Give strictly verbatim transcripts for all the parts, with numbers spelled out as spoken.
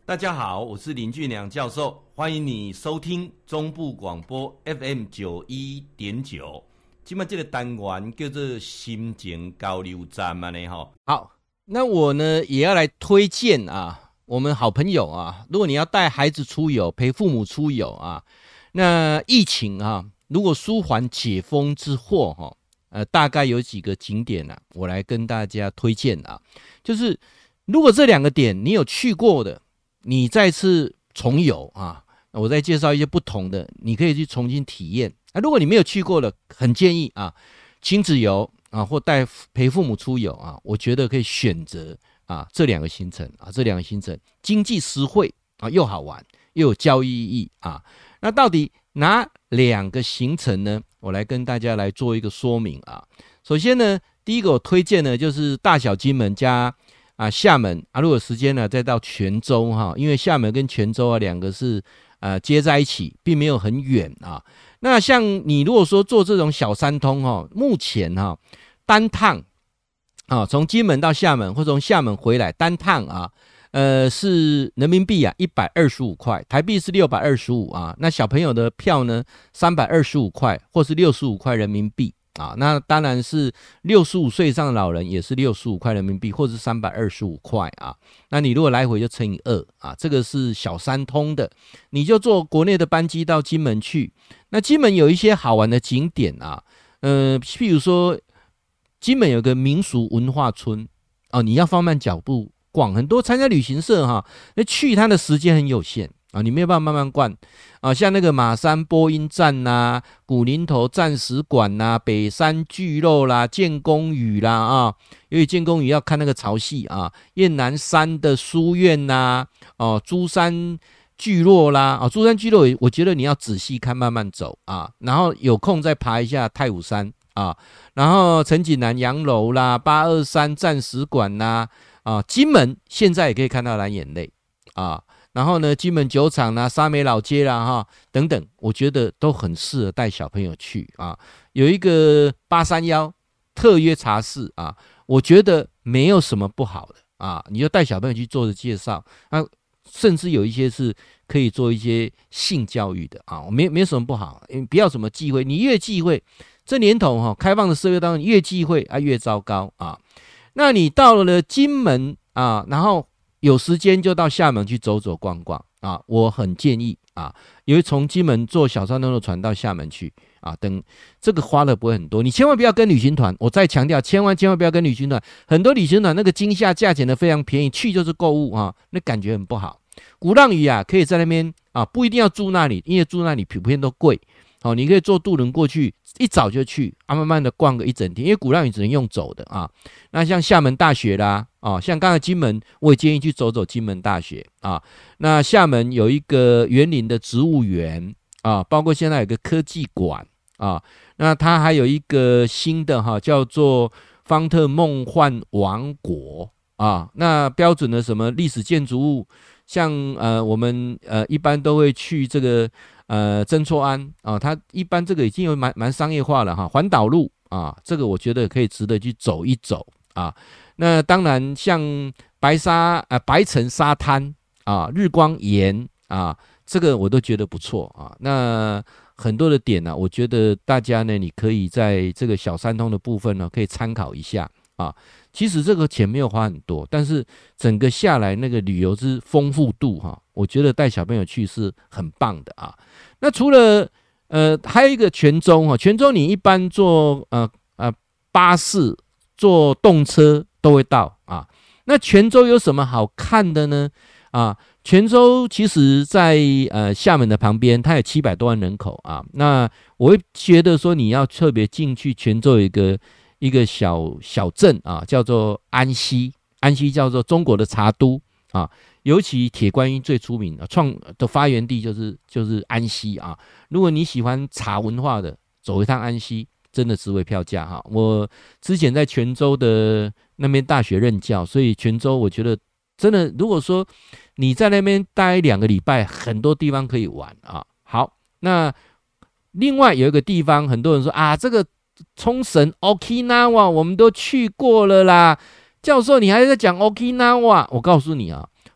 大家好，我是林俊良教授，欢迎你收听中部广播 F M 九一点九。今麦这个单元叫做心情交流站嘛呢哈。好，那我呢也要来推荐啊，我们好朋友啊，如果你要带孩子出游，陪父母出游啊，那疫情啊，如果舒缓解封之后哈，呃，大概有几个景点啊，我来跟大家推荐啊，就是如果这两个点你有去过的，你再次重游啊，我再介绍一些不同的，你可以去重新体验啊。如果你没有去过的，很建议啊，亲子游啊，或带陪父母出游啊，我觉得可以选择啊这两个行程啊，这两个行程经济实惠啊，又好玩又有教育意义啊。那到底哪两个行程呢？我来跟大家来做一个说明啊。首先呢，第一个我推荐的就是大小金门加啊，厦门啊，如果有时间呢，再到泉州哈，因为厦门跟泉州啊两个是呃接在一起，并没有很远啊。那像你如果说做这种小三通哈，目前哈单趟啊，从金门到厦门或从厦门回来单趟啊，呃是人民币啊一百二十五块，台币是六百二十五啊。那小朋友的票呢三百二十五块，或是六十五块人民币。啊，那当然是六十五岁以上的老人也是六十五块人民币，或是三百二十五块啊。那你如果来回就乘以二啊，这个是小三通的，你就坐国内的班机到金门去。那金门有一些好玩的景点啊，呃，譬如说金门有个民俗文化村哦，你要放慢脚步逛，很多参加旅行社哈，那去它的时间很有限。啊，你没有办法慢慢逛啊，像那个马山播音站呐、啊、古林头战史馆呐、啊、北山聚落啦、建功屿啦啊，由于建功屿要看那个潮汐啊，雁南山的书院呐、啊，哦，珠山聚落啦，啊，珠山聚落我觉得你要仔细看，慢慢走啊，然后有空再爬一下太武山啊，然后陈景南洋楼啦、八二三战史馆呐，啊，金门现在也可以看到蓝眼泪啊。然后呢，金门酒厂啦、沙美老街啦、哈等等，我觉得都很适合带小朋友去啊。有一个八三一特约茶室啊，我觉得没有什么不好的啊，你就带小朋友去做的介绍啊，甚至有一些是可以做一些性教育的啊，没没什么不好，不要什么忌讳，你越忌讳，这年头哈、啊，开放的社会当中越忌讳啊越糟糕啊。那你到了金门啊，然后有时间就到厦门去走走逛逛啊，我很建议啊，因为从金门坐小三通的船到厦门去啊，等这个花的不会很多，你千万不要跟旅行团，我再强调，千万千万不要跟旅行团，很多旅行团那个惊吓价钱的非常便宜，去就是购物啊，那感觉很不好。鼓浪屿啊，可以在那边啊，不一定要住那里，因为住那里普遍都贵。好、哦，你可以坐渡轮过去，一早就去啊，慢慢的逛个一整天，因为鼓浪屿只能用走的啊。那像厦门大学啦，啊，像刚才金门，我也建议去走走金门大学啊。那厦门有一个园林的植物园啊，包括现在有个科技馆啊，那它还有一个新的哈、啊，叫做方特梦幻王国啊。那标准的什么历史建筑物，像呃我们呃一般都会去这个。呃，曾厝垵啊，它一般这个已经有蛮蛮商业化了哈，环岛路啊，这个我觉得可以值得去走一走啊。那当然像白沙呃白城沙滩啊，日光岩啊，这个我都觉得不错啊。那很多的点呢、啊，我觉得大家呢，你可以在这个小三通的部分呢，可以参考一下啊。其实这个钱没有花很多，但是整个下来那个旅游之丰富度哈、啊，我觉得带小朋友去是很棒的啊。那除了呃还有一个泉州哈，泉州你一般坐呃呃巴士、坐动车都会到啊。那泉州有什么好看的呢？啊，泉州其实在呃厦门的旁边，它有七百多万人口啊。那我会觉得说你要特别进去泉州有一个。一个小小镇啊，叫做安溪，安溪叫做中国的茶都啊，尤其铁观音最出名的创的发源地就是就是安溪啊。如果你喜欢茶文化的，走一趟安溪真的值回票价哈。我之前在泉州的那边大学任教，所以泉州我觉得真的，如果说你在那边待两个礼拜，很多地方可以玩啊。好，那另外有一个地方，很多人说啊，这个。冲绳 Okinawa 我们都去过了啦，教授你还在讲 Okinawa， 我告诉你啊，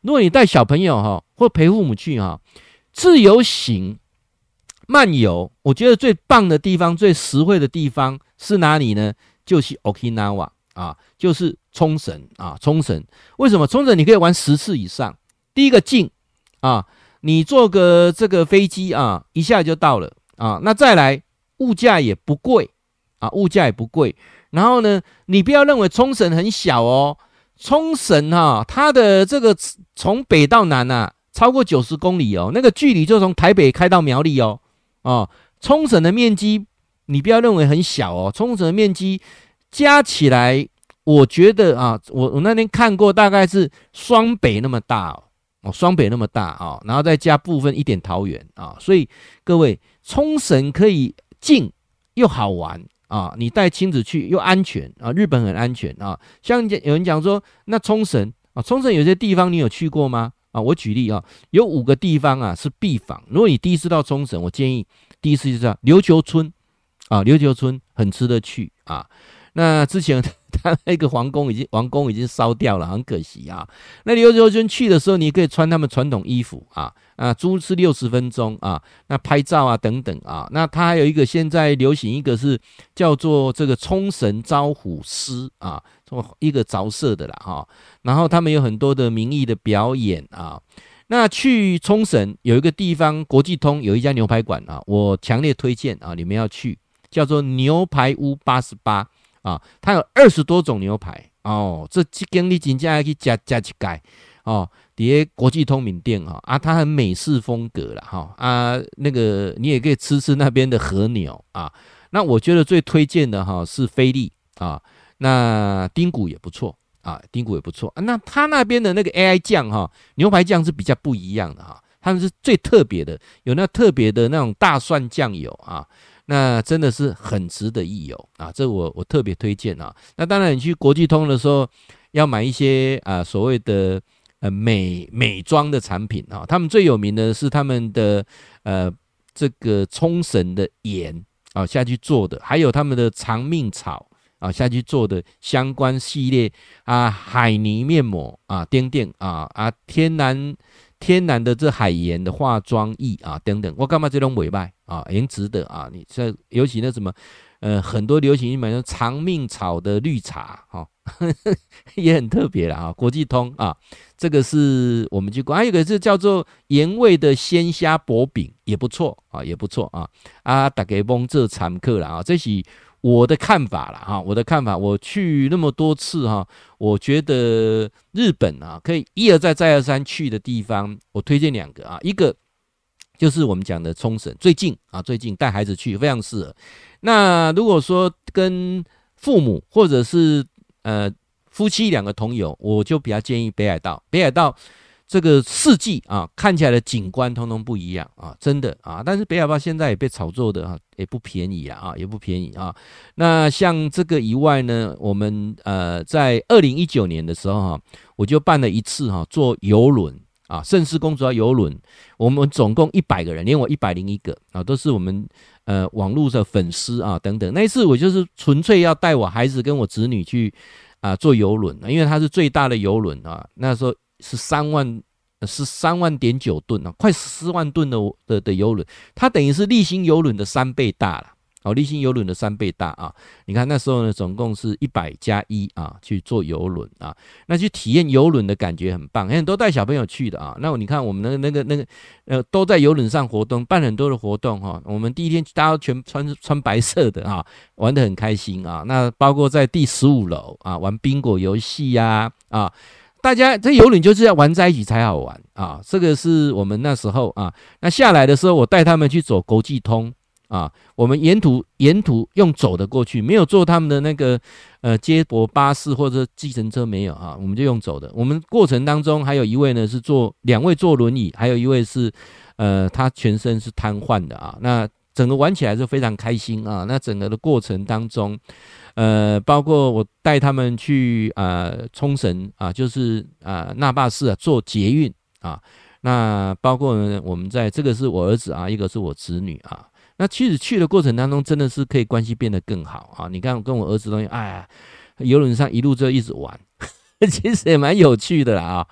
如果你带小朋友哈，或陪父母去哈，自由行漫游，我觉得最棒的地方、最实惠的地方是哪里呢？就是 Okinawa 啊，就是冲绳啊，冲绳。为什么冲绳你可以玩十次以上？第一个近啊，你坐个这个飞机啊，一下就到了啊。那再来，物价也不贵啊，物价也不贵。然后呢，你不要认为冲绳很小哦，冲绳哈、啊，它的这个从北到南啊，超过九十公里哦，那个距离就从台北开到苗栗哦。哦，冲绳的面积你不要认为很小哦，冲绳的面积加起来，我觉得啊，我我那天看过，大概是双北那么大哦，哦双北那么大啊、哦，然后再加部分一点桃园啊、哦，所以各位，冲绳可以近又好玩啊，你带亲子去又安全啊，日本很安全啊，像有人讲说，那冲绳啊，冲绳有些地方你有去过吗？啊，我举例啊，有五个地方啊是必访。如果你第一次到冲绳，我建议第一次就是琉球村啊，琉球村很值得去啊。那之前他那个皇宫已经皇宫已经烧掉了，很可惜啊。那琉球村去的时候，你可以穿他们传统衣服啊啊，租是六十分钟啊，那拍照啊等等啊。那它还有一个现在流行一个是叫做这个冲绳招虎狮啊。一个着色的啦哈，然后他们有很多的民艺的表演啊。那去冲绳有一个地方国际通有一家牛排馆啊，我强烈推荐啊，你们要去，叫做牛排屋八十八啊，它有二十多种牛排哦，这这间你真正要去加加一盖哦，在国际通名店啊，啊，它很美式风格啦哈啊，那个你也可以吃吃那边的和牛啊。那我觉得最推荐的哈是菲力啊。那丁骨也不错啊，丁骨也不错、啊。那他那边的那个 A I 酱哈，牛排酱是比较不一样的哈，他们是最特别的，有那特别的那种大蒜酱油啊，那真的是很值得一游啊，这我我特别推荐啊。那当然你去国际通的时候要买一些啊所谓的呃美美妆的产品啊，他们最有名的是他们的呃这个冲绳的盐啊下去做的，还有他们的长命草。啊，下去做的相关系列啊，海泥面膜啊，等等啊啊，天然天然的这海盐的化妆液啊，等等，我干嘛这种委卖啊，很值得啊！你这尤其那什么呃，很多流行一买长命草的绿茶哈、哦，也很特别啦啊，国际通啊，这个是我们去过，还有一个是叫做盐味的鲜虾薄饼，也不错啊，也不错啊啊，大家帮这参考啦啊，这是。我的看法啦哈，我的看法，我去那么多次哈，我觉得日本啊，可以一而再再而三去的地方，我推荐两个啊，一个就是我们讲的冲绳，最近啊，最近带孩子去非常适合。那如果说跟父母或者是呃夫妻两个同游，我就比较建议北海道，北海道。这个四季啊，看起来的景观通通不一样啊，真的啊。但是北海道现在也被炒作的啊，也不便宜啦啊，也不便宜啊。那像这个以外呢，我们呃在二零一九年的时候哈、啊，我就办了一次哈、啊，坐游轮啊，盛世公主要游轮，我们总共一百个人，连我一百零一个啊，都是我们呃网络的粉丝啊等等。那一次我就是纯粹要带我孩子跟我子女去啊坐游轮，因为它是最大的游轮啊，那时候。是三万，是三万点九吨啊，快四万吨的的的邮轮，它等于是立新邮轮的三倍大了。哦，立新邮轮的三倍大啊！你看那时候呢，总共是一百加一啊，去坐邮轮啊，那去体验邮轮的感觉很棒，很多带小朋友去的啊。那你看我们那个那个那个呃，都在邮轮上活动，办很多的活动哈、啊。我们第一天大家都全穿穿白色的啊，玩得很开心啊。那包括在第十五楼啊，玩宾果游戏呀啊。大家这邮轮就是要玩在一起才好玩啊！这个是我们那时候啊，那下来的时候，我带他们去走国际通啊。我们沿途沿途用走的过去，没有坐他们的那个呃接驳巴士或者计程车没有啊，我们就用走的。我们过程当中还有一位呢是坐两位坐轮椅，还有一位是呃他全身是瘫痪的啊。那整个玩起来是非常开心啊。那整个的过程当中。呃，包括我带他们去呃冲绳啊，就是啊那霸市啊坐捷运啊，那包括呢我们在这个是我儿子啊，一个是我侄女啊，那其实去的过程当中真的是可以关系变得更好啊。你看我跟我儿子东西，哎呀，游轮上一路就一直玩，其实也蛮有趣的啦啊。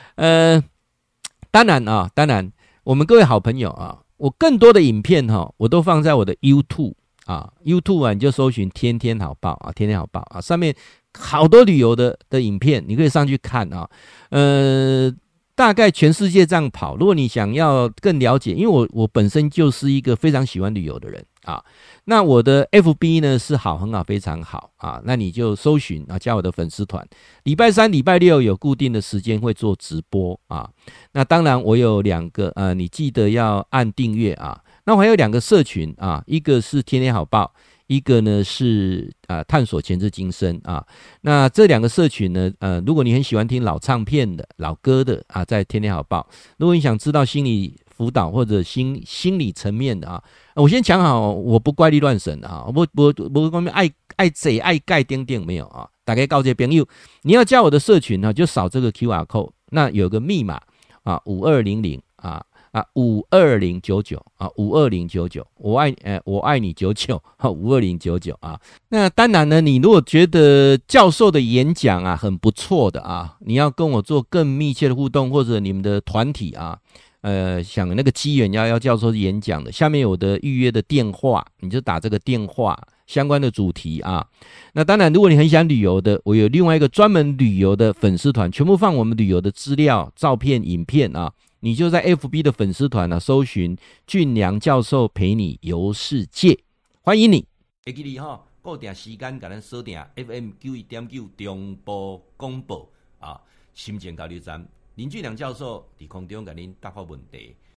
呃，当然啊，当然，我们各位好朋友啊，我更多的影片哈，我都放在我的 YouTube 啊 ，YouTube 啊，你就搜寻天天好报啊，天天好报啊，上面好多旅游的的影片，你可以上去看啊，呃。大概全世界这样跑，如果你想要更了解，因为我我本身就是一个非常喜欢旅游的人啊，那我的 F B 呢是好很好非常好啊，那你就搜寻啊，加我的粉丝团，礼拜三、礼拜六有固定的时间会做直播啊。那当然我有两个呃，你记得要按订阅啊。那我还有两个社群啊，一个是天天好报。一个呢是啊探索前世今生啊，那这两个社群呢，呃，如果你很喜欢听老唱片的老歌的啊，在天天好报；如果你想知道心理辅导或者心心理层面的啊，我先讲好，我不怪力乱神啊，我我我方面爱爱贼爱盖钉钉没有啊，大概告诫朋友，你要加我的社群呢，就扫这个 Q R code， 那有个密码啊，五二零零啊。啊，五二零九九啊，五二零九九，我爱呃，我爱你九九，哈，五二零九九啊。那当然呢，你如果觉得教授的演讲啊很不错的啊，你要跟我做更密切的互动，或者你们的团体啊，呃，想那个机缘要要教授演讲的，下面有的预约的电话，你就打这个电话相关的主题啊。那当然，如果你很想旅游的，我有另外一个专门旅游的粉丝团，全部放我们旅游的资料、照片、影片啊。你就在 F B 的粉丝团啊，搜寻俊良教授陪你游世界，欢迎你。 会记你哈，固定时间给咱锁定 F M 九一点九中波广播啊，心情交流站，林俊良教授在空中给您答复问题。